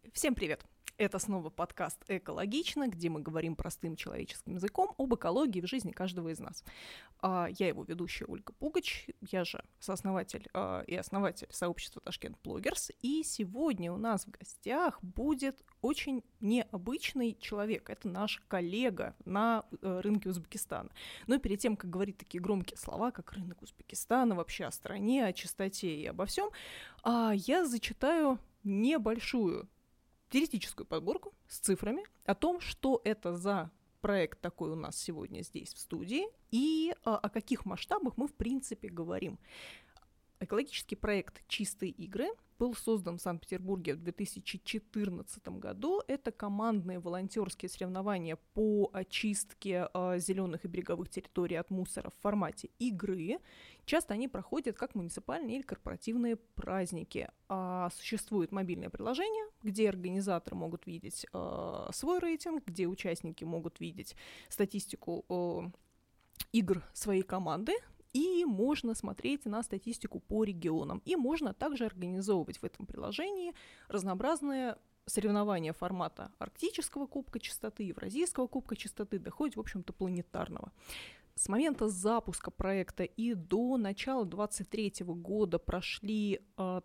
Всем привет! Это снова подкаст «Экологично», где мы говорим простым человеческим языком об экологии в жизни каждого из нас. Я его ведущая Ольга Пугач, я же сооснователь и основатель сообщества Ташкент Блогерс, и сегодня у нас в гостях будет очень необычный человек. Это наш коллега на рынке Узбекистана. Но перед тем, как говорить такие громкие слова, как рынок Узбекистана, вообще о стране, о чистоте и обо всем, я зачитаю небольшую теоретическую подборку с цифрами о том, что это за проект такой у нас сегодня здесь в студии и о каких масштабах мы в принципе говорим. Экологический проект «Чистые игры» был создан в Санкт-Петербурге в 2014 году. Это командные волонтерские соревнования по очистке зеленых и береговых территорий от мусора в формате игры. Часто они проходят как муниципальные или корпоративные праздники. Существует мобильное приложение, где организаторы могут видеть свой рейтинг, где участники могут видеть статистику игр своей команды, и можно смотреть на статистику по регионам. И можно также организовывать в этом приложении разнообразные соревнования формата арктического кубка чистоты, евразийского кубка чистоты, доходит, в общем-то, планетарного. С момента запуска проекта и до начала 2023 года прошли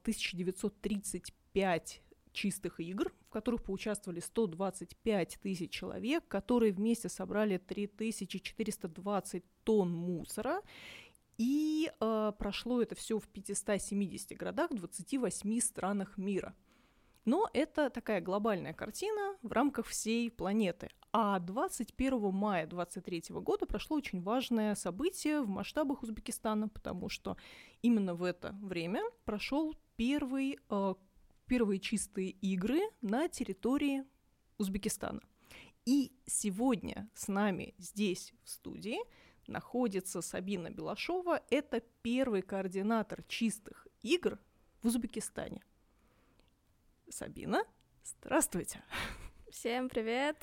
1935 чистых игр, в которых поучаствовали 125 тысяч человек, которые вместе собрали 3420 тонн мусора. И прошло это все в 570 городах в 28 странах мира. Но это такая глобальная картина в рамках всей планеты. А 21 мая 2023 года прошло очень важное событие в масштабах Узбекистана, потому что именно в это время прошел первые чистые игры на территории Узбекистана. И сегодня с нами здесь в студии находится Сабина Белашова. Это первый координатор чистых игр в Узбекистане. Сабина, здравствуйте. Всем привет.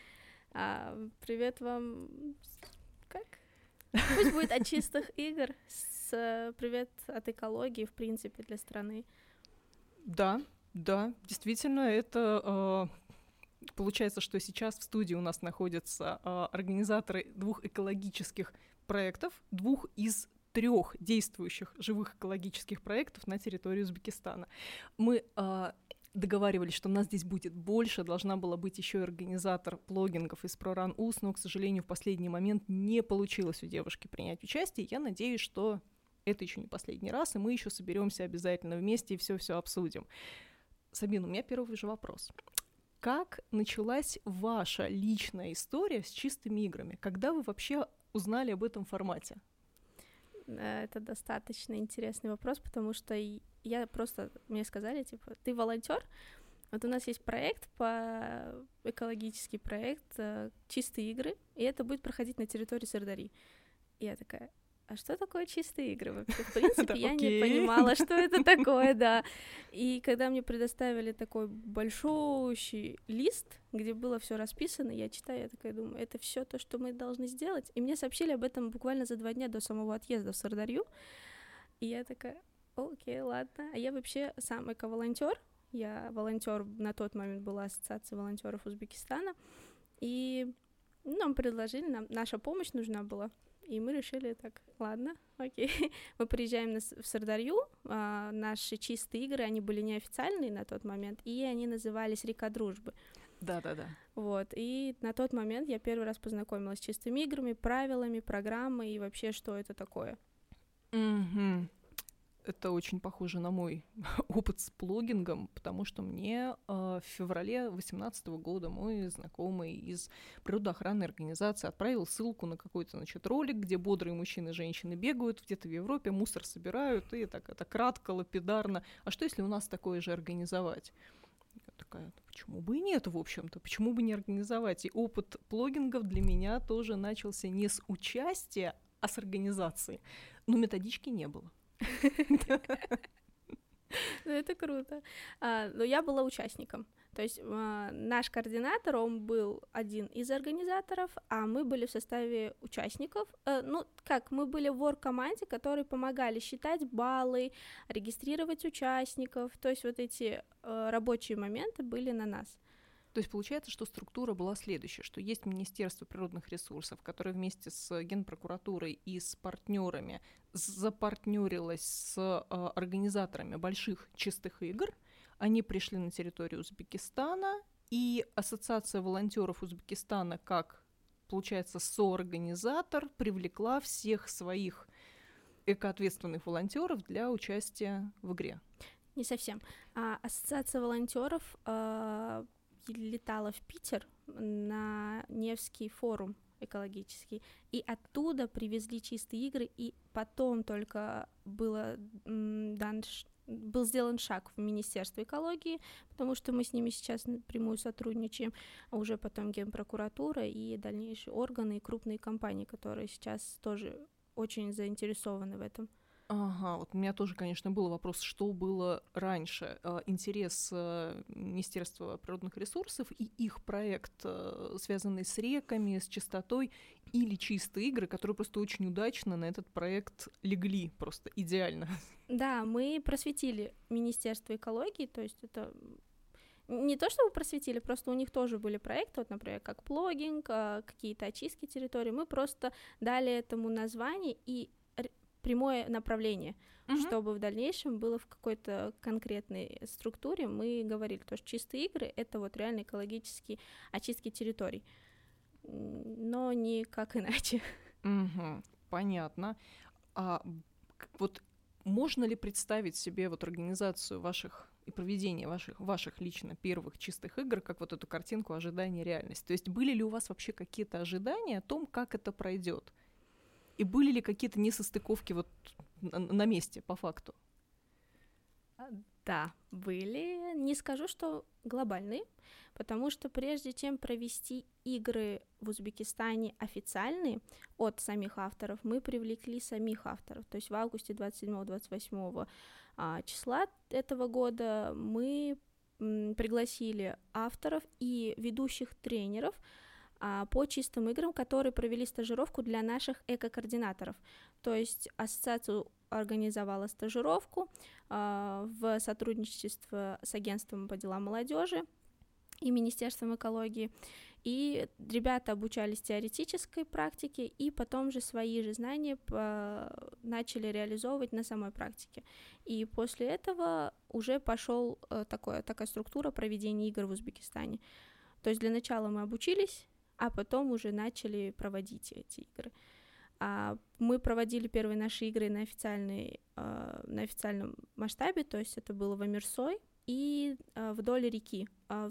Привет вам. Как? Пусть будет от чистых игр. Привет от экологии, в принципе, для страны. Да, действительно, это... Получается, что сейчас в студии у нас находятся организаторы двух экологических проектов, двух из 3 действующих живых экологических проектов на территории Узбекистана. Мы договаривались, что у нас здесь будет больше, должна была быть еще и организатор плогингов из ProRun.uz, но, к сожалению, в последний момент не получилось у девушки принять участие. Я надеюсь, что это еще не последний раз, и мы еще соберемся обязательно вместе и все обсудим. Сабина, у меня первый же вопрос. Как началась ваша личная история с чистыми играми? Когда вы вообще узнали об этом формате? Это достаточно интересный вопрос, потому что мне сказали, типа, ты волонтер. Вот у нас есть проект, экологический проект «Чистые игры», и это будет проходить на территории Сырдарьи. И я такая... А что такое чистые игры вообще? В принципе, я не понимала, что это такое, да. И когда мне предоставили такой большущий лист, где было все расписано, я читаю, я такая думаю, это все то, что мы должны сделать. И мне сообщили об этом буквально за 2 дня до самого отъезда в Сырдарью. И я такая, окей, ладно. А я вообще сам эко-волонтер. Я волонтер, на тот момент была Ассоциация волонтеров Узбекистана. И нам предложили, наша помощь нужна была. И мы решили так, ладно, окей. Мы приезжаем в Сырдарью, наши чистые игры, они были неофициальные на тот момент, и они назывались «Река дружбы». Да. Вот, и на тот момент я первый раз познакомилась с чистыми играми, правилами, программой и вообще, что это такое. Это очень похоже на мой опыт с плогингом, потому что мне в феврале 2018 года мой знакомый из природоохранной организации отправил ссылку на какой-то, ролик, где бодрые мужчины и женщины бегают где-то в Европе, мусор собирают, и так это кратко, лапидарно. А что, если у нас такое же организовать? Я такая, почему бы и нет, в общем-то, почему бы не организовать? И опыт плогингов для меня тоже начался не с участия, а с организации. Но методички не было. Ну, это круто. Но я была участником. То есть наш координатор, он был один из организаторов, а мы были в составе участников. Мы были в оргкоманде, которые помогали считать баллы, регистрировать участников. То есть вот эти рабочие моменты были на нас. То есть получается, что структура была следующая, что есть Министерство природных ресурсов, которое вместе с Генпрокуратурой и с партнерами запартнерилось с организаторами больших чистых игр. Они пришли на территорию Узбекистана, и Ассоциация волонтеров Узбекистана, как, получается, соорганизатор, привлекла всех своих экоответственных волонтеров для участия в игре. Не совсем. Ассоциация волонтеров летала в Питер на Невский форум экологический, и оттуда привезли чистые игры, и потом только был сделан шаг в Министерство экологии, потому что мы с ними сейчас напрямую сотрудничаем, а уже потом Генпрокуратура и дальнейшие органы и крупные компании, которые сейчас тоже очень заинтересованы в этом. Ага, вот у меня тоже, конечно, был вопрос, что было раньше. Интерес Министерства природных ресурсов и их проект, связанный с реками, с чистотой, или чистые игры, которые просто очень удачно на этот проект легли, просто идеально. Да, мы просветили Министерство экологии, то есть это не то, чтобы просветили, просто у них тоже были проекты, вот, например, как плогинг, какие-то очистки территории. Мы просто дали этому название и прямое направление, чтобы в дальнейшем было в какой-то конкретной структуре. Мы говорили, что чистые игры — это вот реально экологические очистки территорий, но никак иначе. Понятно. А вот можно ли представить себе вот организацию ваших и проведение ваших лично первых чистых игр как вот эту картинку ожидания реальности? То есть были ли у вас вообще какие-то ожидания о том, как это пройдет? И были ли какие-то несостыковки вот на месте, по факту? Да, были. Не скажу, что глобальные, потому что прежде чем провести игры в Узбекистане официальные от самих авторов, мы привлекли самих авторов. То есть в августе 27-28 числа этого года мы пригласили авторов и ведущих тренеров по чистым играм, которые провели стажировку для наших эко-координаторов. То есть ассоциация организовала стажировку в сотрудничестве с агентством по делам молодежи и Министерством экологии. И ребята обучались теоретической практике, и потом же свои же знания начали реализовывать на самой практике. И после этого уже пошла такая структура проведения игр в Узбекистане. То есть для начала мы обучились, а потом уже начали проводить эти игры. Мы проводили первые наши игры на официальном масштабе, то есть это было в Амирсой и вдоль реки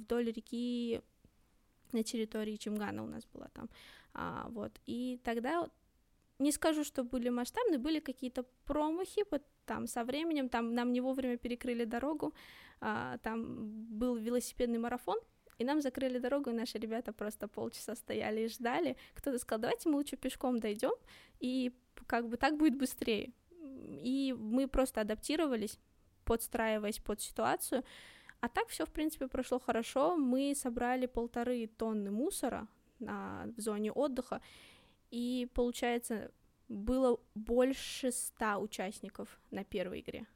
на территории Чимгана у нас была там. И тогда, не скажу, что были масштабные, были какие-то промахи, там со временем, там нам не вовремя перекрыли дорогу, там был велосипедный марафон, и нам закрыли дорогу, и наши ребята просто полчаса стояли и ждали. Кто-то сказал, давайте мы лучше пешком дойдем, и как бы так будет быстрее. И мы просто адаптировались, подстраиваясь под ситуацию. А так все, в принципе, прошло хорошо. Мы собрали 1,5 тонны мусора в зоне отдыха, и, получается, было больше 100 участников на первой игре.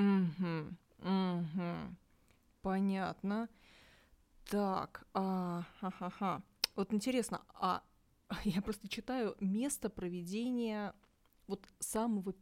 Понятно. Так, вот интересно, я просто читаю место проведения вот самых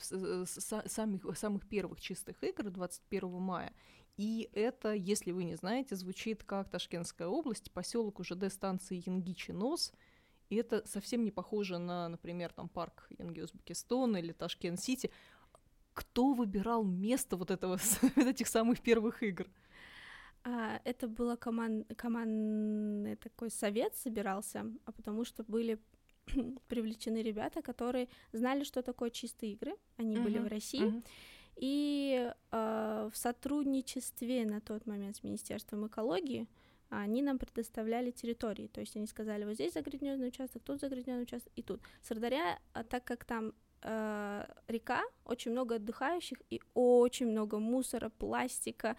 первых чистых игр 21 мая, и это, если вы не знаете, звучит как Ташкентская область, поселок УЖД станции Янгичи-Нос, и это совсем не похоже на, например, там парк Янги-Узбекистон или Ташкент-Сити. Кто выбирал место вот этих самых первых игр? Это было командный такой совет собирался, потому что были привлечены ребята, которые знали, что такое чистые игры, они были в России, и в сотрудничестве на тот момент с Министерством экологии они нам предоставляли территории, то есть они сказали, вот здесь загрязненный участок, тут загрязненный участок, и тут. Сырдарья, так как там река, очень много отдыхающих и очень много мусора, пластика,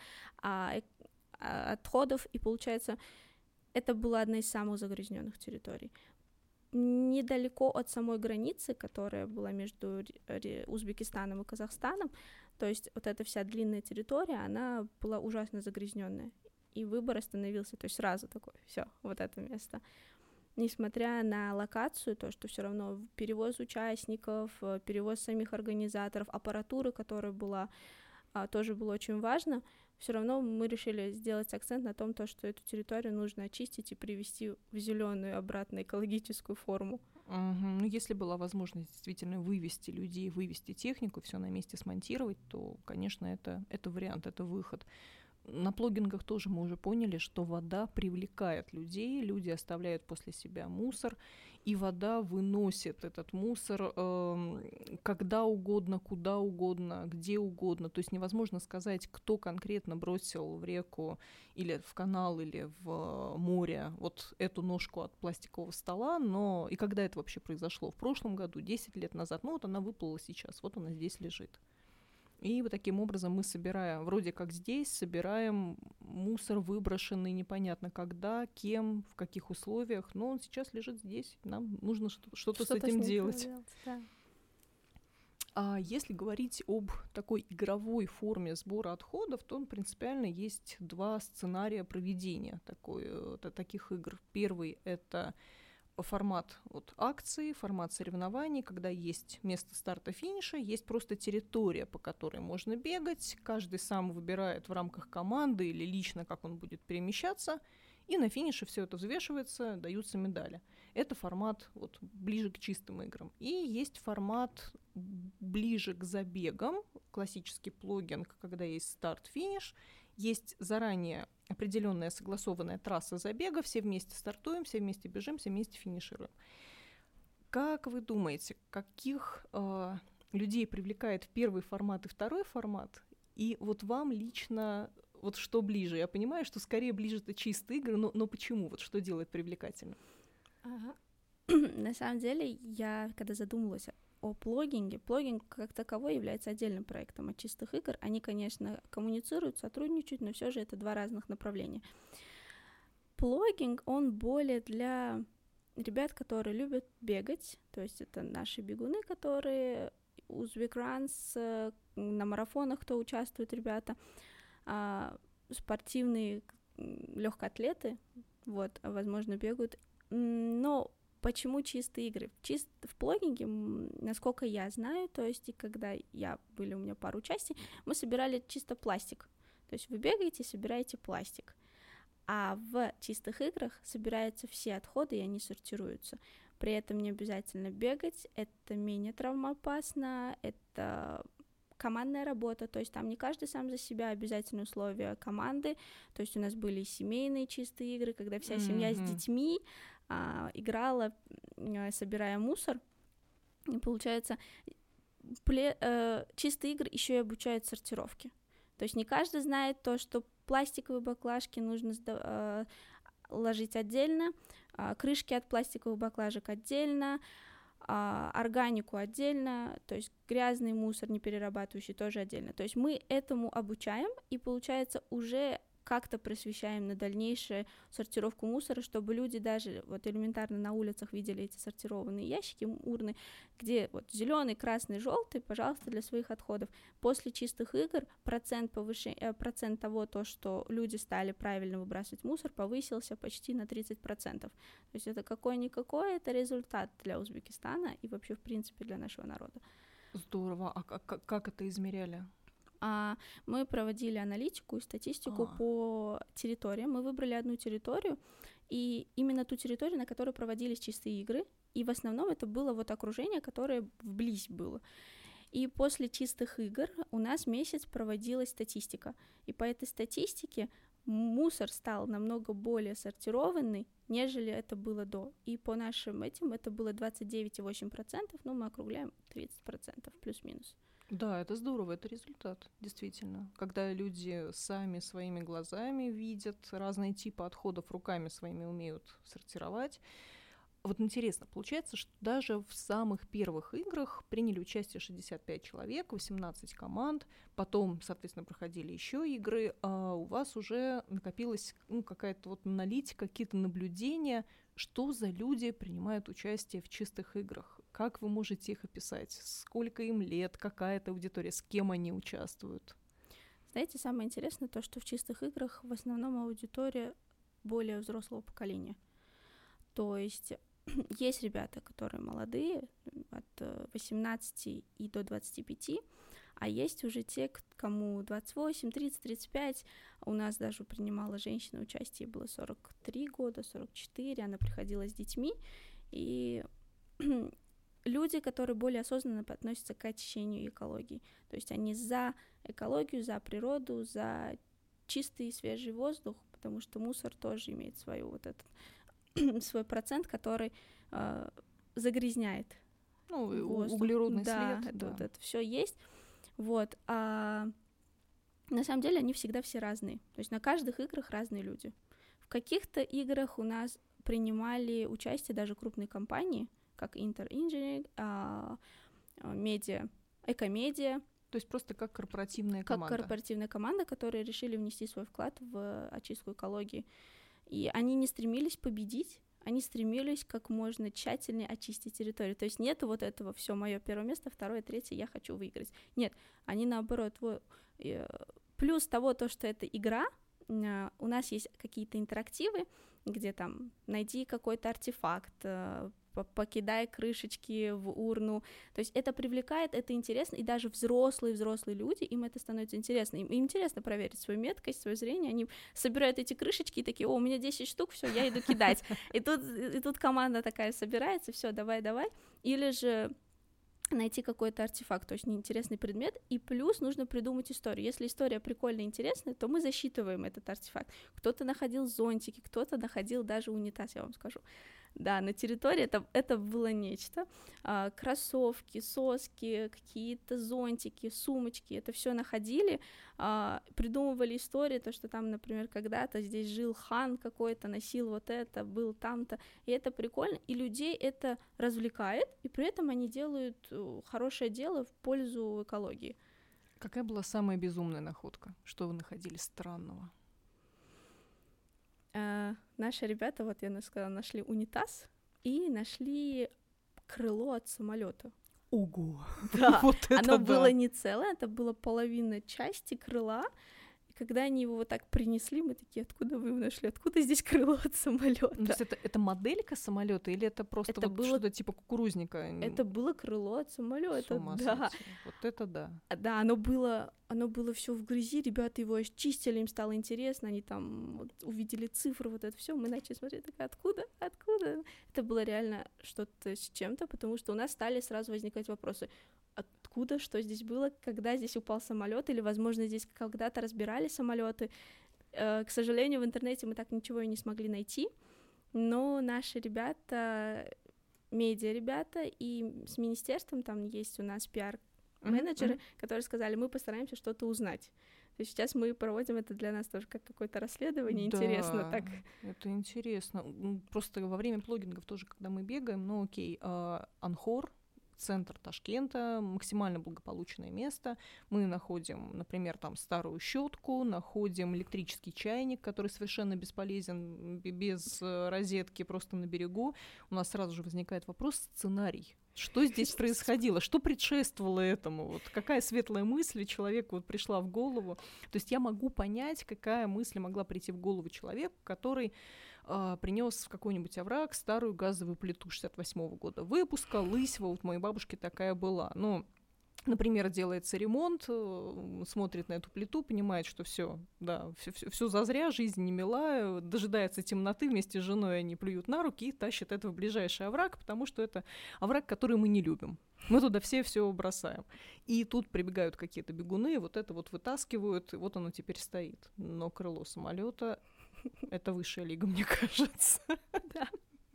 отходов, и получается, это была одна из самых загрязненных территорий. Недалеко от самой границы, которая была между Узбекистаном и Казахстаном, то есть вот эта вся длинная территория, она была ужасно загрязненная, и выбор остановился, то есть сразу такой, все, вот это место. Несмотря на локацию, то, что все равно перевоз участников, перевоз самих организаторов, аппаратуры, которая была, тоже было очень важно, все равно мы решили сделать акцент на том, что эту территорию нужно очистить и привести в зеленую обратно экологическую форму. Ну, если была возможность действительно вывести людей, вывести технику, все на месте смонтировать, то, конечно, это вариант, это выход. На плогингах тоже мы уже поняли, что вода привлекает людей, люди оставляют после себя мусор, и вода выносит этот мусор когда угодно, куда угодно, где угодно. То есть невозможно сказать, кто конкретно бросил в реку или в канал, или в море вот эту ножку от пластикового стола, но и когда это вообще произошло? В прошлом году, 10 лет назад, вот она выплыла сейчас, вот она здесь лежит. И вот таким образом мы собираем, вроде как здесь, собираем мусор, выброшенный непонятно когда, кем, в каких условиях, но он сейчас лежит здесь, нам нужно что-то с этим делать. Да. А если говорить об такой игровой форме сбора отходов, то принципиально есть два сценария проведения таких игр. Первый — это формат акции, формат соревнований, когда есть место старта-финиша, есть просто территория, по которой можно бегать, каждый сам выбирает в рамках команды или лично, как он будет перемещаться, и на финише все это взвешивается, даются медали. Это формат ближе к чистым играм. И есть формат ближе к забегам, классический плогинг, когда есть старт-финиш, есть заранее определенная согласованная трасса забега, все вместе стартуем, все вместе бежим, все вместе финишируем. Как вы думаете, каких людей привлекает первый формат и второй формат? И вам лично что ближе? Я понимаю, что скорее ближе это чистые игры, но почему? Что делает привлекательным? На самом деле, я когда задумалась о плогинге, плогинг как таковой является отдельным проектом от чистых игр. Они, конечно, коммуницируют, сотрудничают, но все же это два разных направления. Плогинг, он более для ребят, которые любят бегать, то есть это наши бегуны, которые узбекранс, на марафонах, кто участвует, ребята, спортивные легкоатлеты, возможно, бегают, но почему чистые игры? В плогинге, насколько я знаю, то есть и когда были у меня пару участий, мы собирали чисто пластик. То есть вы бегаете, собираете пластик. А в чистых играх собираются все отходы, и они сортируются. При этом не обязательно бегать, это менее травмоопасно, это командная работа, то есть там не каждый сам за себя, обязательные условия команды. То есть у нас были и семейные чистые игры, когда вся семья с детьми играла, собирая мусор. И получается, чистые игры еще и обучают сортировке. То есть не каждый знает то, что пластиковые баклажки нужно ложить отдельно, крышки от пластиковых баклажек отдельно, органику отдельно, то есть грязный мусор, неперерабатывающий, тоже отдельно. То есть мы этому обучаем, и получается уже как-то просвещаем на дальнейшую сортировку мусора, чтобы люди даже элементарно на улицах видели эти сортированные ящики, урны, где зеленый, красный, желтый, пожалуйста, для своих отходов. После чистых игр процент того, что люди стали правильно выбрасывать мусор, повысился почти на 30%. То есть это какой-никакой, это результат для Узбекистана и вообще, в принципе, для нашего народа. Здорово. А как это измеряли? Мы проводили аналитику и статистику по территориям. Мы выбрали одну территорию, и именно ту территорию, на которой проводились чистые игры, и в основном это было окружение, которое вблизь было. И после чистых игр у нас месяц проводилась статистика, и по этой статистике мусор стал намного более сортированный, нежели это было до. И по нашим это было 29,8%, но мы округляем 30%, плюс-минус. Да, это здорово, это результат, действительно. Когда люди сами своими глазами видят разные типы отходов, руками своими умеют сортировать. Вот интересно, получается, что даже в самых первых играх приняли участие 65 человек, 18 команд, потом, соответственно, проходили еще игры, а у вас уже накопилась какая-то вот аналитика, какие-то наблюдения, что за люди принимают участие в чистых играх, как вы можете их описать, сколько им лет, какая это аудитория, с кем они участвуют? Знаете, самое интересное то, что в чистых играх в основном аудитория более взрослого поколения. То есть есть ребята, которые молодые, от 18 и до 25, а есть уже те, кому 28, 30, 35. У нас даже принимала женщина участие, было 43 года, 44, она приходила с детьми. И люди, которые более осознанно относятся к очищению и экологии. То есть они за экологию, за природу, за чистый и свежий воздух, потому что мусор тоже имеет свою вот этот свой процент, который загрязняет воздух. Углеродный да, след. Вот это все есть. Вот. А на самом деле они всегда все разные. То есть на каждых играх разные люди. В каких-то играх у нас принимали участие даже крупные компании, как Inter Engineering, Media, Экомедиа. То есть просто как корпоративная команда. Как корпоративная команда, которые решили внести свой вклад в очистку экологии. И они не стремились победить, они стремились как можно тщательнее очистить территорию. То есть нету вот этого все мое первое место, второе, третье, я хочу выиграть. Нет, они наоборот. Плюс того, то, что это игра, у нас есть какие-то интерактивы, где там найди какой-то артефакт, покидай крышечки в урну. То есть это привлекает, это интересно, и даже взрослые люди, им это становится интересно. Им интересно проверить свою меткость, свое зрение. Они собирают эти крышечки и такие: о, у меня 10 штук, все, я иду кидать. И тут команда такая собирается: все, давай. Или же найти какой-то артефакт, то есть неинтересный предмет, и плюс нужно придумать историю. Если история прикольная и интересная, то мы засчитываем этот артефакт. Кто-то находил зонтики, кто-то находил даже унитаз, я вам скажу. Да, на территории это было нечто. Кроссовки, соски, какие-то зонтики, сумочки, это все находили, придумывали истории, то, что там, например, когда-то здесь жил хан какой-то, носил вот это, был там-то, и это прикольно, и людей это развлекает, и при этом они делают хорошее дело в пользу экологии. Какая была самая безумная находка? Что вы находили странного? Наши ребята, вот я сказала, нашли унитаз и нашли крыло от самолета. Ого! Да, вот оно было не целое, это была половина части крыла. И когда они его вот так принесли, мы такие: откуда вы его нашли? Откуда здесь крыло от самолета? То есть это моделька самолета или это просто это было... что-то типа кукурузника? Это было крыло от самолета. Да. Вот это да. Да, оно было все в грязи, ребята его очистили, им стало интересно, они там вот увидели цифры, вот это все, мы начали смотреть, такая: откуда? Это было реально что-то с чем-то, потому что у нас стали сразу возникать вопросы: откуда, что здесь было, когда здесь упал самолет, или, возможно, здесь когда-то разбирали самолеты. К сожалению, в интернете мы так ничего и не смогли найти, но наши ребята, медиа-ребята, и с министерством, там есть у нас пиар-менеджеры, которые сказали: мы постараемся что-то узнать. То есть сейчас мы проводим это для нас тоже как какое-то расследование, да, интересно так. Это интересно. Просто во время плогингов тоже, когда мы бегаем, окей, Анхор, центр Ташкента, максимально благополучное место. Мы находим, например, там старую щетку, находим электрический чайник, который совершенно бесполезен, без розетки, просто на берегу. У нас сразу же возникает вопрос: сценарий. Что здесь происходило? Что предшествовало этому? Вот какая светлая мысль человеку вот пришла в голову? То есть я могу понять, какая мысль могла прийти в голову человеку, который принес в какой-нибудь овраг старую газовую плиту 68-го года выпуска, лысьва, вот у моей бабушки такая была. Ну, например, делается ремонт, смотрит на эту плиту, понимает, что все зазря, жизнь не мила, дожидается темноты, вместе с женой они плюют на руки и тащат это в ближайший овраг, потому что это овраг, который мы не любим. Мы туда все бросаем. И тут прибегают какие-то бегуны, вот это вот вытаскивают, и вот оно теперь стоит. Но крыло самолета — это высшая лига, мне кажется. Да.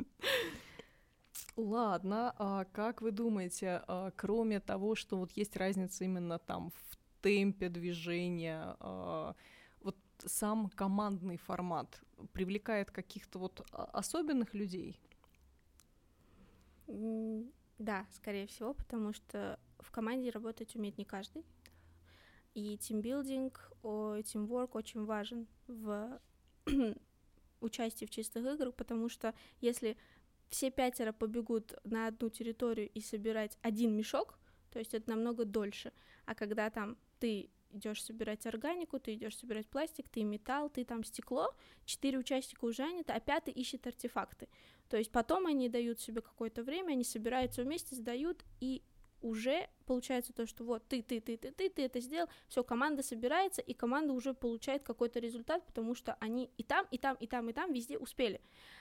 Ладно, а как вы думаете, кроме того, что вот есть разница именно там в темпе движения, вот сам командный формат привлекает каких-то вот особенных людей? Да, скорее всего, потому что в команде работать умеет не каждый. И тимбилдинг, тимворк очень важен в участии в чистых играх, потому что если все 5 побегут на одну территорию и собирать один мешок, то есть это намного дольше. А когда там ты идешь собирать органику, ты идешь собирать пластик, ты металл, ты там стекло, 4 участника уже заняты, а 5 ищет артефакты. То есть потом они дают себе какое-то время, они собираются вместе, сдают, и уже получается то, что вот ты это сделал, все, команда собирается, и команда уже получает какой-то результат, потому что они и там везде успели.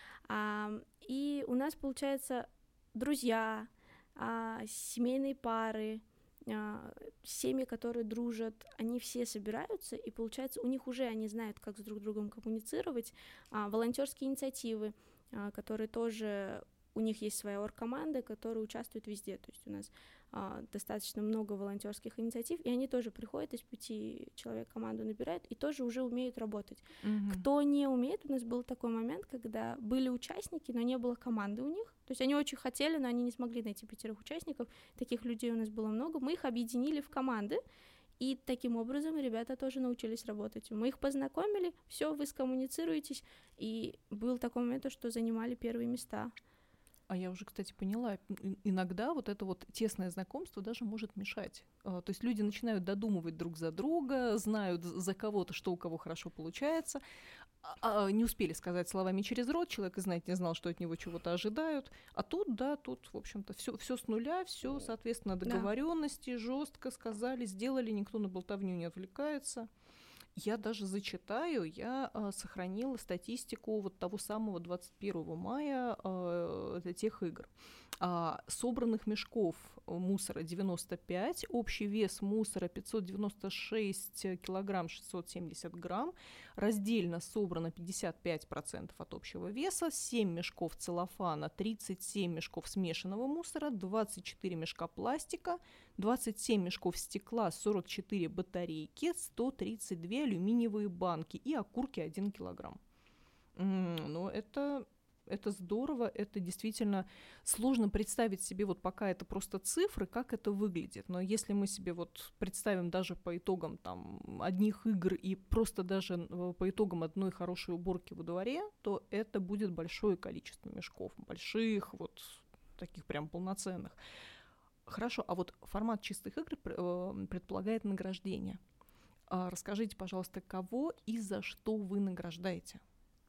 И у нас, получается, друзья, семейные пары, семьи, которые дружат, они все собираются, и получается, у них уже они знают, как с друг другом коммуницировать. Волонтерские инициативы, которые тоже, у них есть своя оргкоманда, которая участвует везде. То есть у нас достаточно много волонтерских инициатив, и они тоже приходят, из 5 человек команду набирают, и тоже уже умеют работать. Кто не умеет, у нас был такой момент, когда были участники, но не было команды у них. То есть они очень хотели, но они не смогли найти 5 участников. Таких людей у нас было много. Мы их объединили в команды, и таким образом ребята тоже научились работать. Мы их познакомили, все, вы скоммуницируетесь, и был такой момент, что занимали первые места. А я уже, кстати, поняла, иногда вот это вот тесное знакомство даже может мешать. То есть люди начинают додумывать друг за друга, знают за кого-то, что у кого хорошо получается, не успели сказать словами через рот, человек и знать не знал, что от него чего-то ожидают. А тут, в общем-то, все с нуля, все, соответственно, договоренности, жестко сказали, сделали, никто на болтовню не отвлекается. Я даже зачитаю, я сохранила статистику вот того самого 21 мая тех игр. Собранных мешков мусора 95, общий вес мусора 596 килограмм 670 грамм, раздельно собрано 55% от общего веса, 7 мешков целлофана, 37 мешков смешанного мусора, 24 мешка пластика, 27 мешков стекла, 44 батарейки, 132 алюминиевые банки и окурки 1 килограмм. Ну, это здорово, это действительно сложно представить себе, вот пока это просто цифры, как это выглядит. Но если мы себе вот представим даже по итогам там одних игр и просто даже по итогам одной хорошей уборки во дворе, то это будет большое количество мешков, больших, вот таких прям полноценных. Хорошо, а вот формат чистых игр предполагает награждение. Расскажите, пожалуйста, кого и за что вы награждаете?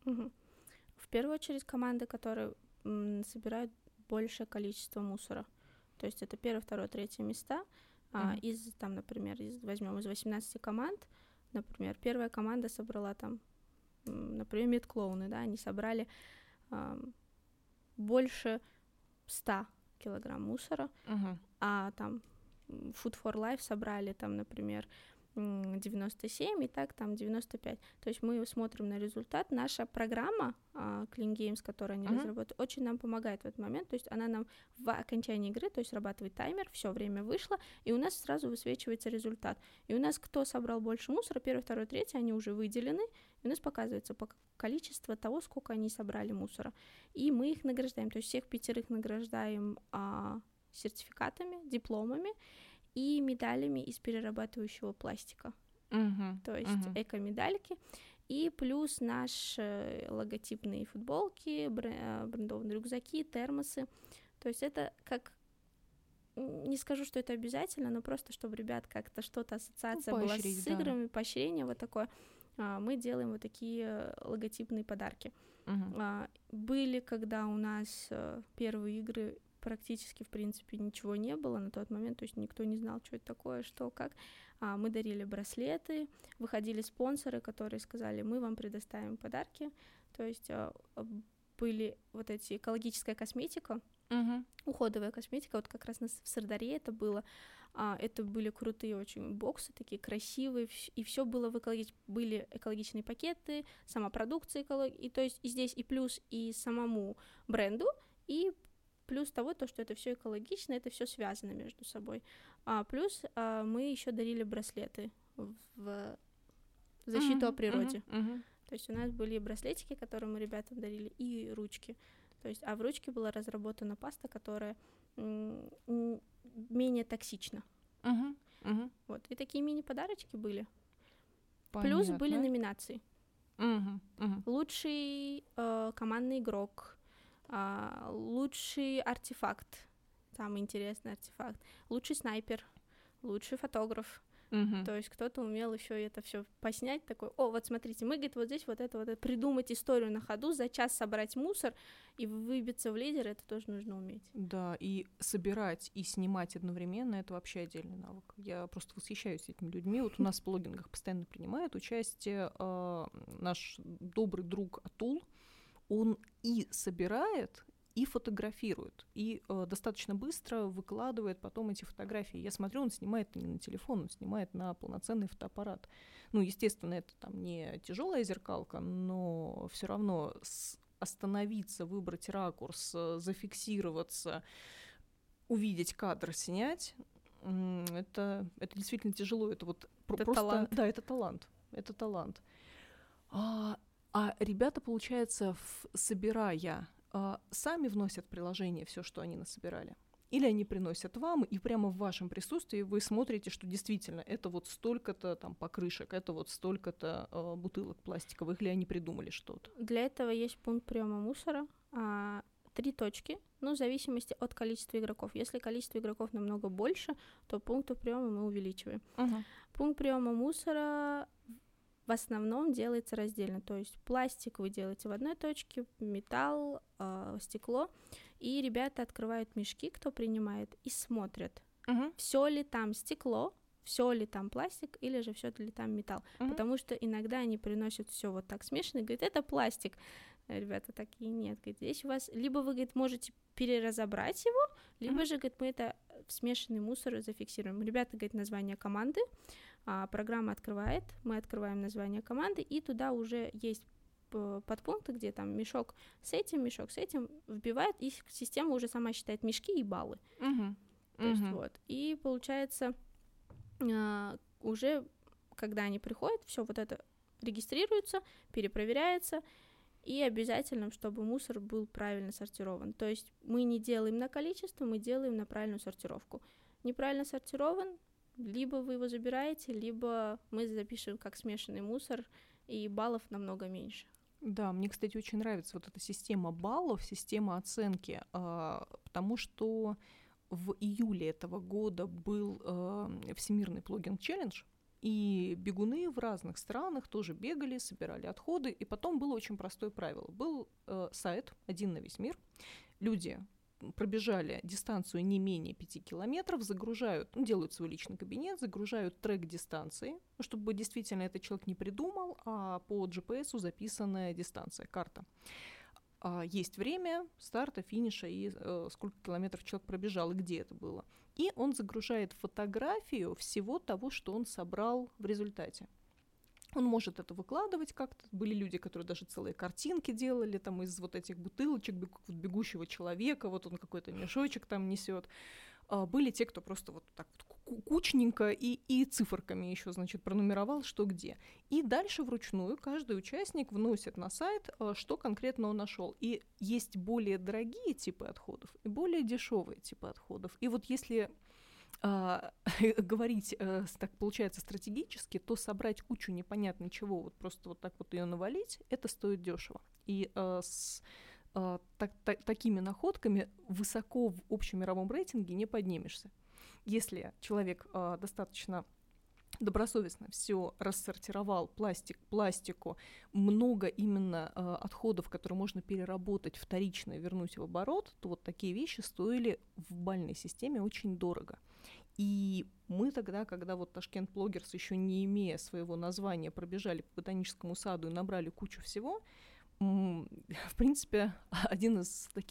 В первую очередь команды, которые собирают большее количество мусора. То есть это 1, 2, 3 места. Из, там, например, возьмем из 18 команд, например, первая команда собрала там, например, медклоуны, да, они собрали больше 100 килограмм мусора, а там Food for Life собрали там, например, 97, и так там 95. То есть мы смотрим на результат. Наша программа Clean Games, которую они разработали, очень нам помогает в этот момент. То есть она нам в окончании игры, то есть срабатывает таймер, все время вышло, и у нас сразу высвечивается результат. И у нас кто собрал больше мусора, 1, 2, 3, они уже выделены, и у нас показывается количество того, сколько они собрали мусора. И мы их награждаем. То есть всех 5 награждаем сертификатами, дипломами и медалями из перерабатывающего пластика. То есть эко-медальки. И плюс наши логотипные футболки, брендованные рюкзаки, термосы. То есть это как... Не скажу, что это обязательно, но просто, чтобы ребят как-то что-то, ассоциация была с играми, поощрение вот такое. Мы делаем вот такие логотипные подарки. Были, когда у нас первые игры... Практически, в принципе, ничего не было на тот момент, то есть никто не знал, что это такое, что, как. Мы дарили браслеты, выходили спонсоры, которые сказали, мы вам предоставим подарки, то есть были вот эти экологическая косметика, уходовая косметика, вот как раз в Сырдаре это было, это были крутые очень боксы, такие красивые, и все было в были экологичные пакеты, сама продукция и то есть и здесь и плюс и самому бренду, и плюс того, то, что это все экологично, это все связано между собой. Плюс мы еще дарили браслеты в защиту о природе. То есть у нас были браслетики, которые мы ребятам дарили, и ручки. То есть, а в ручке была разработана паста, которая менее токсична. Вот. И такие мини-подарочки были. Понятно. Плюс были номинации. Мгм. Лучший командный игрок, лучший артефакт, самый интересный артефакт, лучший снайпер, лучший фотограф. То есть кто-то умел еще это все поснять, такой, вот смотрите, мы, говорит, вот здесь вот это, придумать историю на ходу, за час собрать мусор и выбиться в лидер, это тоже нужно уметь. Да, и собирать, и снимать одновременно — это вообще отдельный навык. Я просто восхищаюсь этими людьми. Вот у нас в блогингах постоянно принимает участие наш добрый друг Атул. Он и собирает, и фотографирует, и достаточно быстро выкладывает потом эти фотографии. Я смотрю, он снимает не на телефон, он снимает на полноценный фотоаппарат. Ну, естественно, это там не тяжелая зеркалка, но все равно остановиться, выбрать ракурс, зафиксироваться, увидеть кадр, снять, это действительно тяжело. Это вот это просто... талант. Да, это талант. Это талант. А ребята, получается, собирая, сами вносят в приложение все, что они насобирали? Или они приносят вам, и прямо в вашем присутствии вы смотрите, что действительно это вот столько-то там покрышек, это вот столько-то бутылок пластиковых, или они придумали что-то? Для этого есть пункт приема мусора, 3 точки, в зависимости от количества игроков. Если количество игроков намного больше, то пункты приема мы увеличиваем. Пункт приема мусора в основном делается раздельно, то есть пластик вы делаете в одной точке, металл, стекло, и ребята открывают мешки, кто принимает, и смотрят, все ли там стекло, все ли там пластик, или же все ли там металл, потому что иногда они приносят все вот так смешано и говорят, это пластик. Ребята такие, нет, говорит, здесь у вас, либо вы, говорит, можете переразобрать его, либо же, говорит, мы это в смешанный мусор зафиксируем. Ребята, говорит, название команды, программа открывает, мы открываем название команды, и туда уже есть подпункты, где там мешок с этим, вбивает, и система уже сама считает мешки и баллы. То есть вот. И получается, уже когда они приходят, все вот это регистрируется, перепроверяется, и обязательно, чтобы мусор был правильно сортирован. То есть мы не делаем на количество, мы делаем на правильную сортировку. Неправильно сортирован, либо вы его забираете, либо мы запишем как смешанный мусор, и баллов намного меньше. Да, мне, кстати, очень нравится вот эта система баллов, система оценки, потому что в июле этого года был Всемирный плогинг-челлендж, и бегуны в разных странах тоже бегали, собирали отходы, и потом было очень простое правило. Был сайт один на весь мир, люди пробежали дистанцию не менее 5 километров, загружают, делают свой личный кабинет, загружают трек дистанции, чтобы действительно этот человек не придумал, а по GPS записанная дистанция, карта. Есть время старта, финиша и сколько километров человек пробежал и где это было. И он загружает фотографию всего того, что он собрал в результате. Он может это выкладывать как-то. Были люди, которые даже целые картинки делали там из вот этих бутылочек бегущего человека, вот он какой-то мешочек там несет. Были те, кто просто вот так вот кучненько и циферками еще, значит, пронумеровал, что где. И дальше вручную каждый участник вносит на сайт, что конкретно он нашел. И есть более дорогие типы отходов и более дешевые типы отходов. И вот если говорить, так получается, стратегически, то собрать кучу непонятно чего, вот просто вот так вот ее навалить, это стоит дешево. И с такими находками высоко в общемировом рейтинге не поднимешься. Если человек достаточно добросовестно все рассортировал, пластику, много именно отходов, которые можно переработать вторично и вернуть в оборот, то вот такие вещи стоили в бальной системе очень дорого. И мы тогда, когда вот Ташкент Блогерс, еще не имея своего названия, пробежали по ботаническому саду и набрали кучу всего, в принципе, одно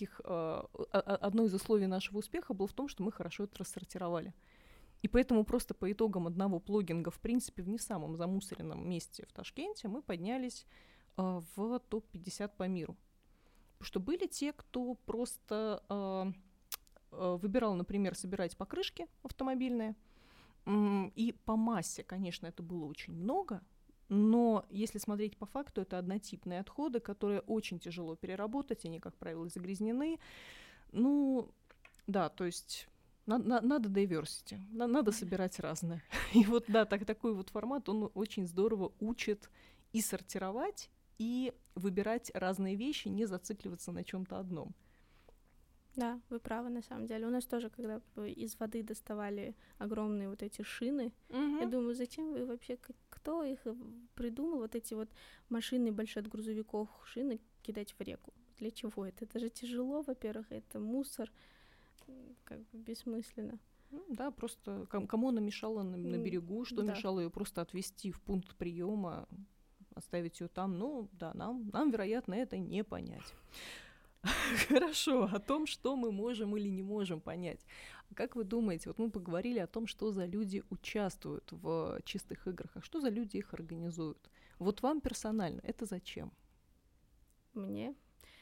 из условий нашего успеха было в том, что мы хорошо это рассортировали. И поэтому просто по итогам одного плогинга, в принципе, в не самом замусоренном месте в Ташкенте мы поднялись в топ-50 по миру. Потому что были те, кто просто выбирал, например, собирать покрышки автомобильные. И по массе, конечно, это было очень много, но если смотреть по факту, это однотипные отходы, которые очень тяжело переработать, они, как правило, загрязнены. Ну, да, то есть надо diversity, надо собирать разное. И вот, да, такой вот формат, он очень здорово учит и сортировать, и выбирать разные вещи, не зацикливаться на чем-то одном. Да, вы правы, на самом деле. У нас тоже, когда из воды доставали огромные вот эти шины, я думаю, зачем вы вообще, кто их придумал, вот эти вот машины большие от грузовиков, шины кидать в реку? Для чего это? Это же тяжело, во-первых, это мусор, как бы бессмысленно. Да, просто кому она мешала на берегу, что мешало ее просто отвезти в пункт приема, оставить ее там. Ну, да, нам, вероятно, это не понять. Хорошо, о том, что мы можем или не можем понять. Как вы думаете, вот мы поговорили о том, что за люди участвуют в чистых играх, а что за люди их организуют? Вот вам персонально это зачем? Мне?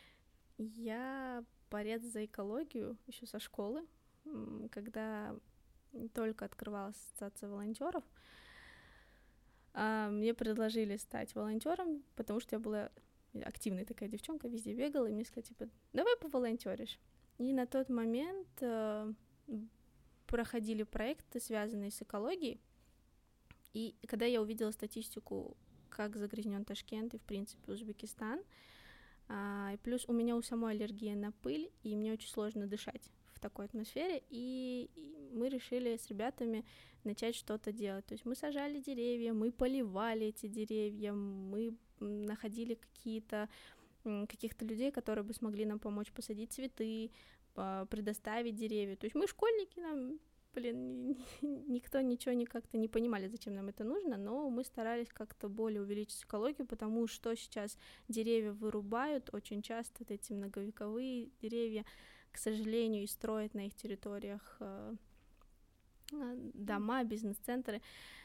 Я борец за экологию еще со школы, когда только открывалась ассоциация волонтеров. Мне предложили стать волонтером, потому что я была активная такая девчонка, везде бегала, и мне сказали, типа, давай поволонтеришь. И на тот момент проходили проекты, связанные с экологией, и когда я увидела статистику, как загрязнен Ташкент и, в принципе, Узбекистан, и плюс у меня у самой аллергия на пыль, и мне очень сложно дышать в такой атмосфере, и мы решили с ребятами начать что-то делать. То есть мы сажали деревья, мы поливали эти деревья, мы находили каких-то людей, которые бы смогли нам помочь посадить цветы, предоставить деревья. То есть мы школьники, нам, никто ничего как-то не понимали, зачем нам это нужно, но мы старались как-то более увеличить экологию, потому что сейчас деревья вырубают, очень часто вот эти многовековые деревья, к сожалению, и строят на их территориях дома, бизнес-центры,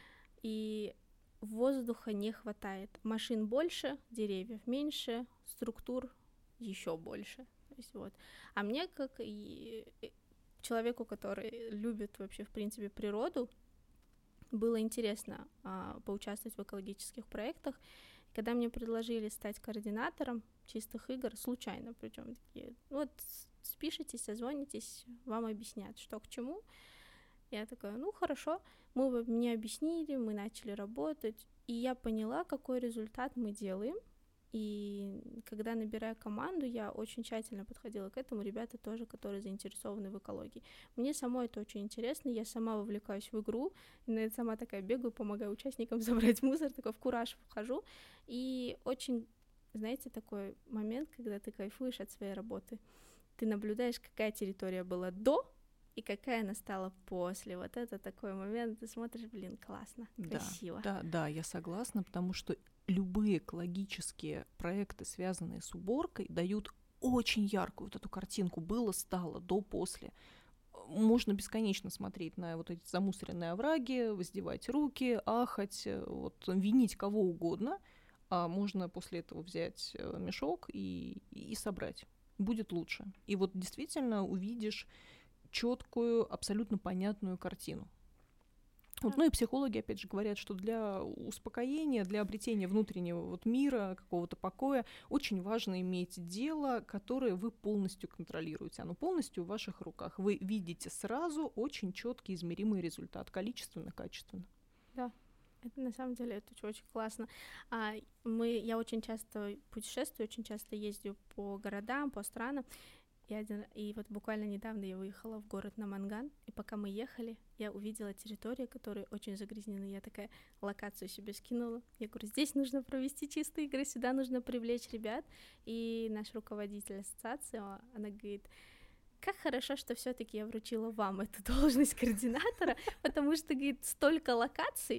и воздуха не хватает. Машин больше, деревьев меньше, структур еще больше. То есть вот. А мне, как и человеку, который любит вообще, в принципе, природу, было интересно поучаствовать в экологических проектах. Когда мне предложили стать координатором чистых игр, случайно, причем такие, вот спишитесь, созвонитесь, вам объяснят, что к чему. Я такая, ну хорошо, мне объяснили, мы начали работать, и я поняла, какой результат мы делаем. И когда набираю команду, я очень тщательно подходила к этому, ребята тоже, которые заинтересованы в экологии. Мне самой это очень интересно, я сама вовлекаюсь в игру, и сама такая бегаю, помогаю участникам забрать мусор, такой в кураж вхожу, и очень, знаете, такой момент, когда ты кайфуешь от своей работы. Ты наблюдаешь, какая территория была до, и какая она стала после. Вот это такой момент, ты смотришь, классно, красиво. Да, я согласна, потому что любые экологические проекты, связанные с уборкой, дают очень яркую вот эту картинку было, стало, до, после. Можно бесконечно смотреть на вот эти замусоренные овраги, воздевать руки, ахать, вот, винить кого угодно, а можно после этого взять мешок и собрать. Будет лучше. И вот действительно увидишь четкую, абсолютно понятную картину. Вот, ну и психологи, опять же, говорят, что для успокоения, для обретения внутреннего вот мира, какого-то покоя, очень важно иметь дело, которое вы полностью контролируете. Оно полностью в ваших руках. Вы видите сразу очень четкий измеримый результат, количественно, качественно. Да, это на самом деле это очень классно. Я очень часто путешествую, очень часто ездю по городам, по странам. И вот буквально недавно я выехала в город Наманган, и пока мы ехали, я увидела территории, которые очень загрязнены. Я такая локацию себе скинула. Я говорю, здесь нужно провести чистые игры, сюда нужно привлечь ребят. И наш руководитель ассоциации, она говорит, как хорошо, что все-таки я вручила вам эту должность координатора, потому что, говорит, столько локаций,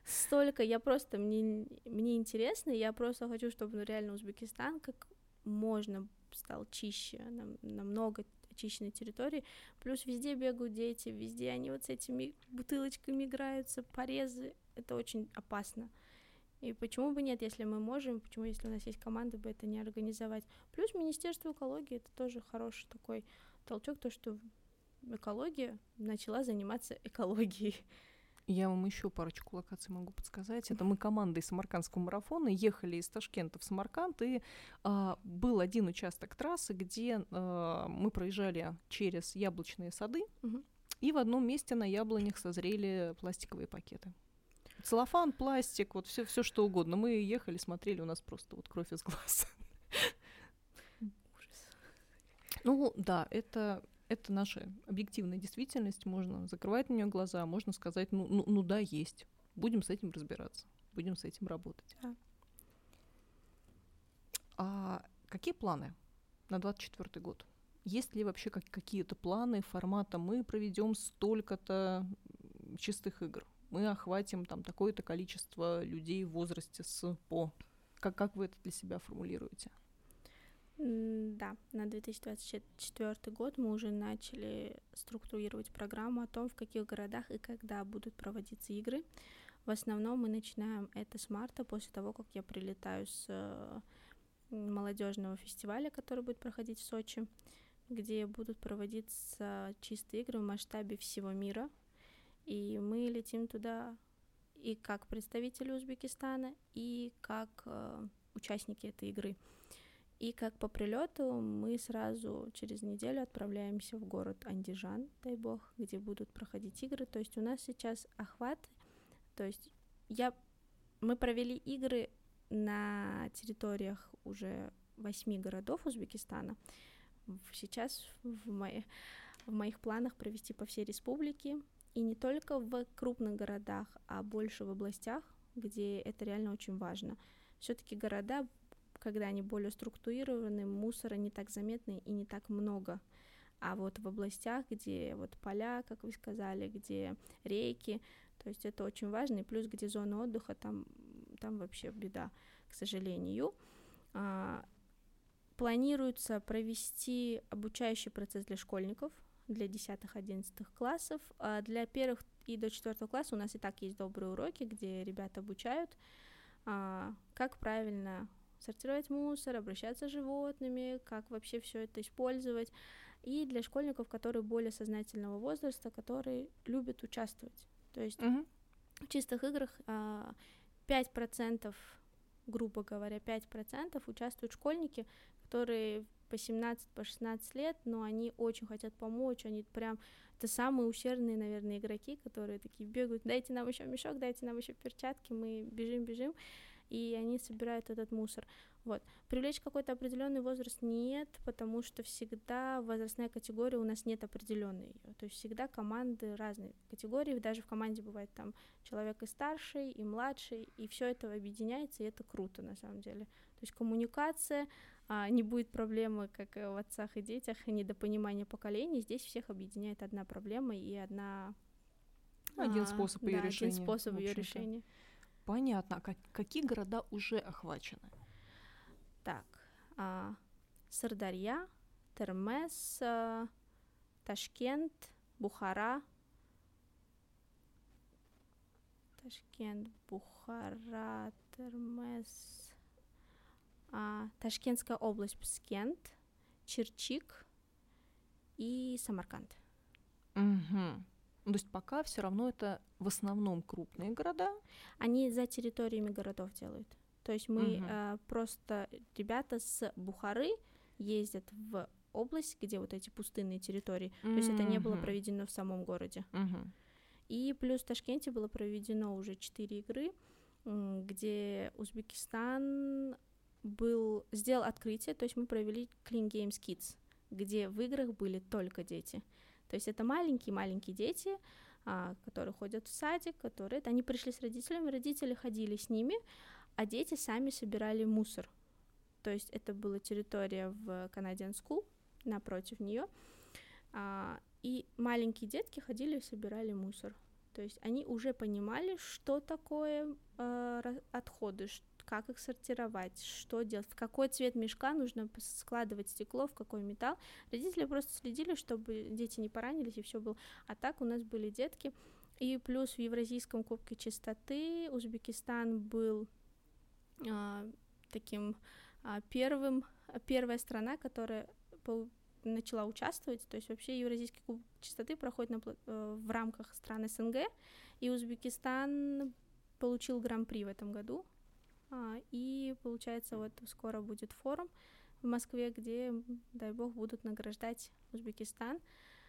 мне интересно, я просто хочу, чтобы реально Узбекистан как можно стал чище, намного очищенной территории, плюс везде бегают дети, везде они вот с этими бутылочками играются, порезы, это очень опасно. И почему бы нет, если мы можем, почему, если у нас есть команда, бы это не организовать. Плюс Министерство экологии, это тоже хороший такой толчок, то, что экология начала заниматься экологией. Я вам еще парочку локаций могу подсказать. Это мы командой Самаркандского марафона ехали из Ташкента в Самарканд, и был один участок трассы, где мы проезжали через яблочные сады, и в одном месте на яблонях созрели пластиковые пакеты. Целлофан, пластик, вот все что угодно. Мы ехали, смотрели, у нас просто вот кровь из глаз. Ужас. Ну да, это наша объективная действительность, можно закрывать на нее глаза, можно сказать, ну да, есть. Будем с этим разбираться, будем с этим работать. Да. А какие планы на 2024 год? Есть ли вообще какие-то планы формата «мы проведем столько-то чистых игр», мы охватим там такое-то количество людей в возрасте Как вы это для себя формулируете? Да, на 2024 год мы уже начали структурировать программу о том, в каких городах и когда будут проводиться игры. В основном мы начинаем это с марта, после того, как я прилетаю с молодежного фестиваля, который будет проходить в Сочи, где будут проводиться чистые игры в масштабе всего мира. И мы летим туда и как представители Узбекистана, и как участники этой игры. И как по прилету мы сразу через неделю отправляемся в город Андижан, дай бог, где будут проходить игры. То есть у нас сейчас охват, то есть мы провели игры на территориях уже 8 городов Узбекистана. Сейчас в моих планах провести по всей республике, и не только в крупных городах, а больше в областях, где это реально очень важно. Все-таки города, когда они более структурированы, мусора не так заметно и не так много. А вот в областях, где вот поля, как вы сказали, где реки, то есть это очень важно, и плюс где зона отдыха, там вообще беда, к сожалению. Планируется провести обучающий процесс для школьников, для 10-11 классов. Для 1 и до 4 класса у нас и так есть добрые уроки, где ребята обучают, как правильно сортировать мусор, обращаться с животными, как вообще все это использовать. И для школьников, которые более сознательного возраста, которые любят участвовать. То есть в чистых играх 5%, грубо говоря, 5% участвуют школьники, которые по 17, по 16 лет, но они очень хотят помочь, они прям, это самые усердные, наверное, игроки, которые такие бегают, дайте нам еще мешок, дайте нам еще перчатки, мы бежим, и они собирают этот мусор. Вот. Привлечь какой-то определенный возраст нет, потому что всегда возрастная категория у нас нет определенной ее. То есть всегда команды разные категории, даже в команде бывает там человек и старший, и младший, и все это объединяется, и это круто на самом деле. То есть коммуникация, не будет проблемы, как в отцах и детях, недопонимания поколений. Здесь всех объединяет одна проблема и один способ ее решения. Один способ ее решения. Понятно. А какие города уже охвачены? Так, Сырдарья, Термез, Ташкент, Бухара. Ташкент, Бухара, Термез. Ташкентская область, Пскент, Черчик и Самарканд. Угу. То есть пока все равно это в основном крупные города? Они за территориями городов делают. То есть мы просто, ребята с Бухары ездят в область, где вот эти пустынные территории. То есть это не было проведено в самом городе. И плюс в Ташкенте было проведено уже 4 игры, где Узбекистан сделал открытие, то есть мы провели Clean Games Kids, где в играх были только дети. То есть это маленькие дети, которые ходят в садик, они пришли с родителями, родители ходили с ними, а дети сами собирали мусор. То есть это была территория в Canadian School, напротив нее, и маленькие детки ходили и собирали мусор. То есть они уже понимали, что такое отходы, как их сортировать, что делать, в какой цвет мешка нужно складывать стекло, в какой металл. Родители просто следили, чтобы дети не поранились, и все было. А так у нас были детки. И плюс в Евразийском кубке чистоты Узбекистан был таким первая страна, которая начала участвовать. То есть вообще Евразийский кубок чистоты проходит в рамках стран СНГ, и Узбекистан получил гран-при в этом году. И, получается, вот скоро будет форум в Москве, где, дай бог, будут награждать Узбекистан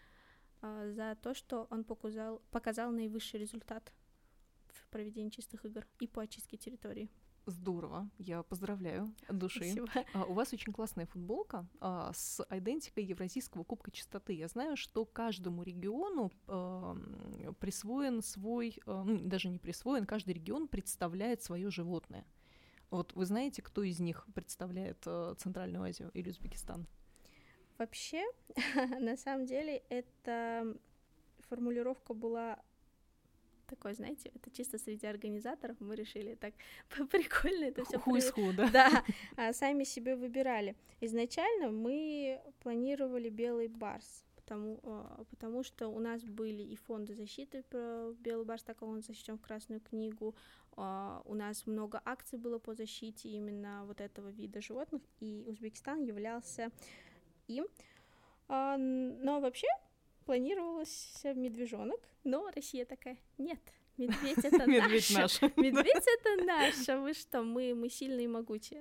за то, что он показал наивысший результат в проведении чистых игр и по очистке территории. Здорово, я поздравляю от души. Спасибо. У вас очень классная футболка с идентикой Евразийского кубка чистоты. Я знаю, что каждому региону присвоен свой, даже не присвоен, каждый регион представляет свое животное. Вот вы знаете, кто из них представляет Центральную Азию или Узбекистан? Вообще, на самом деле, эта формулировка была такой, знаете, это чисто среди организаторов мы решили так прикольно это все. Да, сами себе выбирали. Изначально мы планировали белый барс, потому что у нас были и фонды защиты про белый барс, так как он защищен в Красную книгу. У нас много акций было по защите именно вот этого вида животных, и Узбекистан являлся им. Но вообще планировалось медвежонок, но Россия такая: нет, медведь это наш. Медведь наш. Медведь это наш, а вы что, мы сильные и могучие.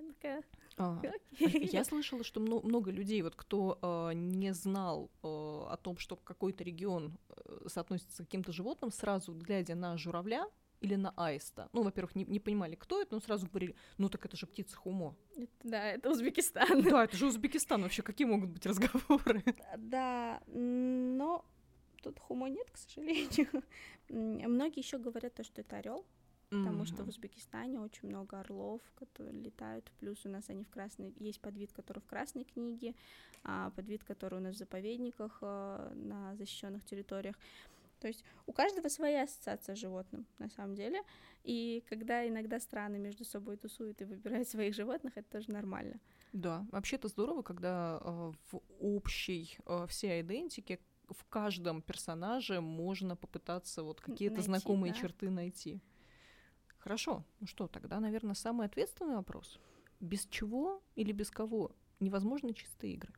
Я слышала, что много людей, вот, кто не знал о том, что какой-то регион соотносится к каким-то животным, сразу глядя на журавля или на аиста, во-первых, не понимали, кто это, но сразу говорили: ну так это же птица хумо. Да, это Узбекистан. Да, это же Узбекистан, вообще какие могут быть разговоры? Да, но тут хумо нет, к сожалению. Многие еще говорят то, что это орел, потому что в Узбекистане очень много орлов, которые летают, плюс у нас они есть подвид, который в Красной книге, подвид, который у нас в заповедниках на защищенных территориях. То есть у каждого своя ассоциация с животным, на самом деле, и когда иногда страны между собой тусуют и выбирают своих животных, это тоже нормально. Да, вообще-то здорово, когда в общей всей идентике в каждом персонаже можно попытаться вот какие-то знакомые черты найти. Хорошо, ну что, тогда, наверное, самый ответственный вопрос. Без чего или без кого невозможны чистые игры?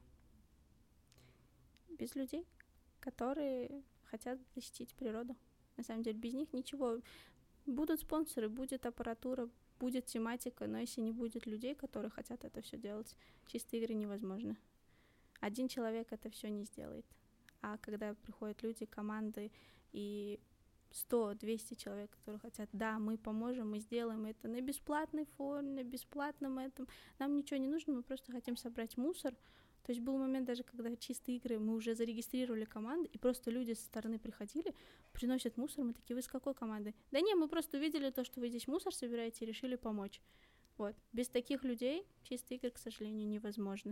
Без людей, которые хотят защитить природу. На самом деле, без них ничего. Будут спонсоры, будет аппаратура, будет тематика, но если не будет людей, которые хотят это все делать, чистые игры невозможно. Один человек это все не сделает. А когда приходят люди, команды и 100-200 человек, которые хотят: да, мы поможем, мы сделаем это на бесплатной форме, на бесплатном этом, нам ничего не нужно, мы просто хотим собрать мусор. То есть был момент даже, когда чистые игры, мы уже зарегистрировали команды, и просто люди со стороны приходили, приносят мусор, мы такие: вы с какой команды? Да не, мы просто увидели то, что вы здесь мусор собираете, и решили помочь. Вот. Без таких людей чистые игры, к сожалению, невозможны.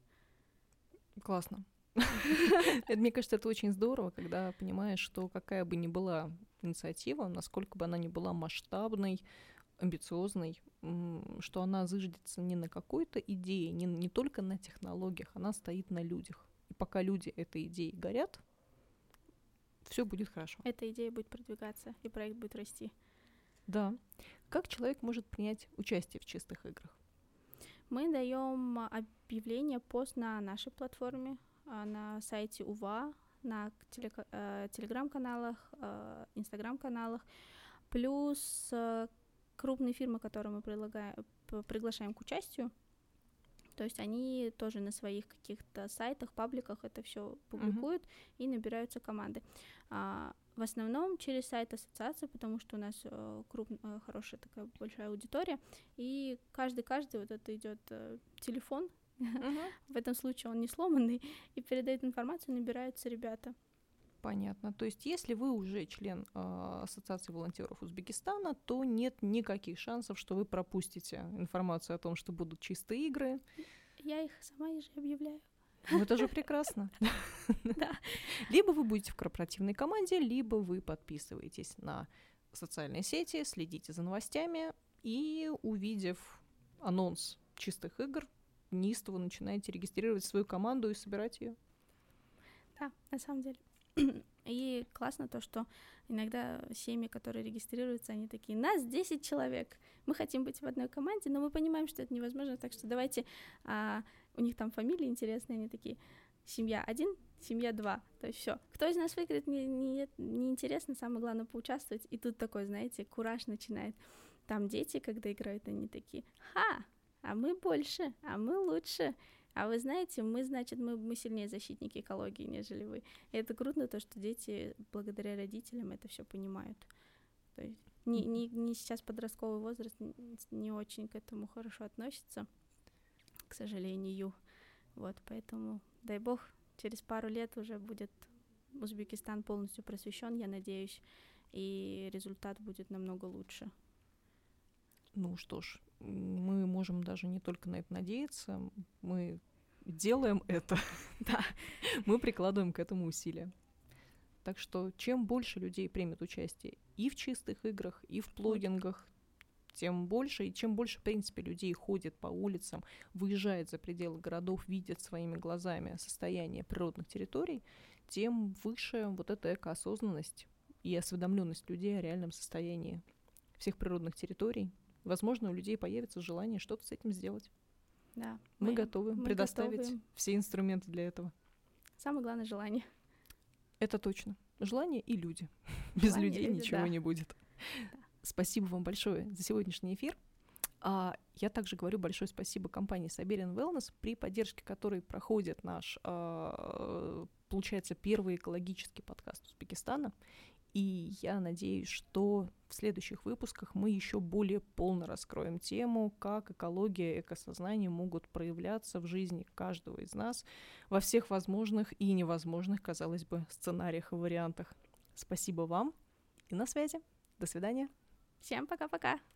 Классно. Мне кажется, это очень здорово, когда понимаешь, что какая бы ни была инициатива, насколько бы она ни была масштабной, амбициозной, что она зыждется не на какой-то идее, не только на технологиях, она стоит на людях. И пока люди этой идеей горят, все будет хорошо. Эта идея будет продвигаться, и проект будет расти. Да. Как человек может принять участие в чистых играх? Мы даем объявление, пост на нашей платформе, на сайте УВА, на телеграм-каналах, инстаграм-каналах, плюс крупные фирмы, которые мы приглашаем к участию. То есть они тоже на своих каких-то сайтах, пабликах это все публикуют и набираются команды. В основном через сайт ассоциации, потому что у нас хорошая такая большая аудитория, и каждый вот это идет телефон, в этом случае он не сломанный, и передает информацию, набираются ребята. Понятно. То есть если вы уже член Ассоциации волонтеров Узбекистана, то нет никаких шансов, что вы пропустите информацию о том, что будут чистые игры. Я их сама же объявляю. Ну, это же прекрасно. Да. Либо вы будете в корпоративной команде, либо вы подписываетесь на социальные сети, следите за новостями и, увидев анонс чистых игр, неистово начинаете регистрировать свою команду и собирать ее. Да, на самом деле. И классно то, что иногда семьи, которые регистрируются, они такие: нас 10 человек, мы хотим быть в одной команде, но мы понимаем, что это невозможно, так что давайте, у них там фамилии интересные, они такие: семья 1, семья 2. То есть все. Кто из нас выиграет, не интересно, самое главное поучаствовать. И тут такой, знаете, кураж начинает. Там дети, когда играют, они такие: ха, а мы больше, а мы лучше. А вы знаете, мы сильнее защитники экологии, нежели вы. И это круто, то, что дети благодаря родителям это все понимают. То есть не сейчас подростковый возраст не очень к этому хорошо относится, к сожалению. Вот, поэтому, дай бог, через пару лет уже будет Узбекистан полностью просвещен, я надеюсь, и результат будет намного лучше. Ну что ж, мы можем даже не только на это надеяться, мы делаем это, да, мы прикладываем к этому усилия. Так что чем больше людей примет участие и в чистых играх, и в плогингах, тем больше, и чем больше, в принципе, людей ходит по улицам, выезжает за пределы городов, видит своими глазами состояние природных территорий, тем выше вот эта экоосознанность и осведомленность людей о реальном состоянии всех природных территорий. Возможно, у людей появится желание что-то с этим сделать. Да, мы готовы предоставить все инструменты для этого. Самое главное — желание. Это точно. Желание и люди. Без людей ничего не будет. Да. Спасибо вам большое за сегодняшний эфир. Я также говорю большое спасибо компании Siberian Wellness, при поддержке которой проходит наш, получается, первый экологический подкаст Узбекистана. И я надеюсь, что в следующих выпусках мы еще более полно раскроем тему, как экология, экосознание могут проявляться в жизни каждого из нас во всех возможных и невозможных, казалось бы, сценариях и вариантах. Спасибо вам и на связи. До свидания. Всем пока-пока.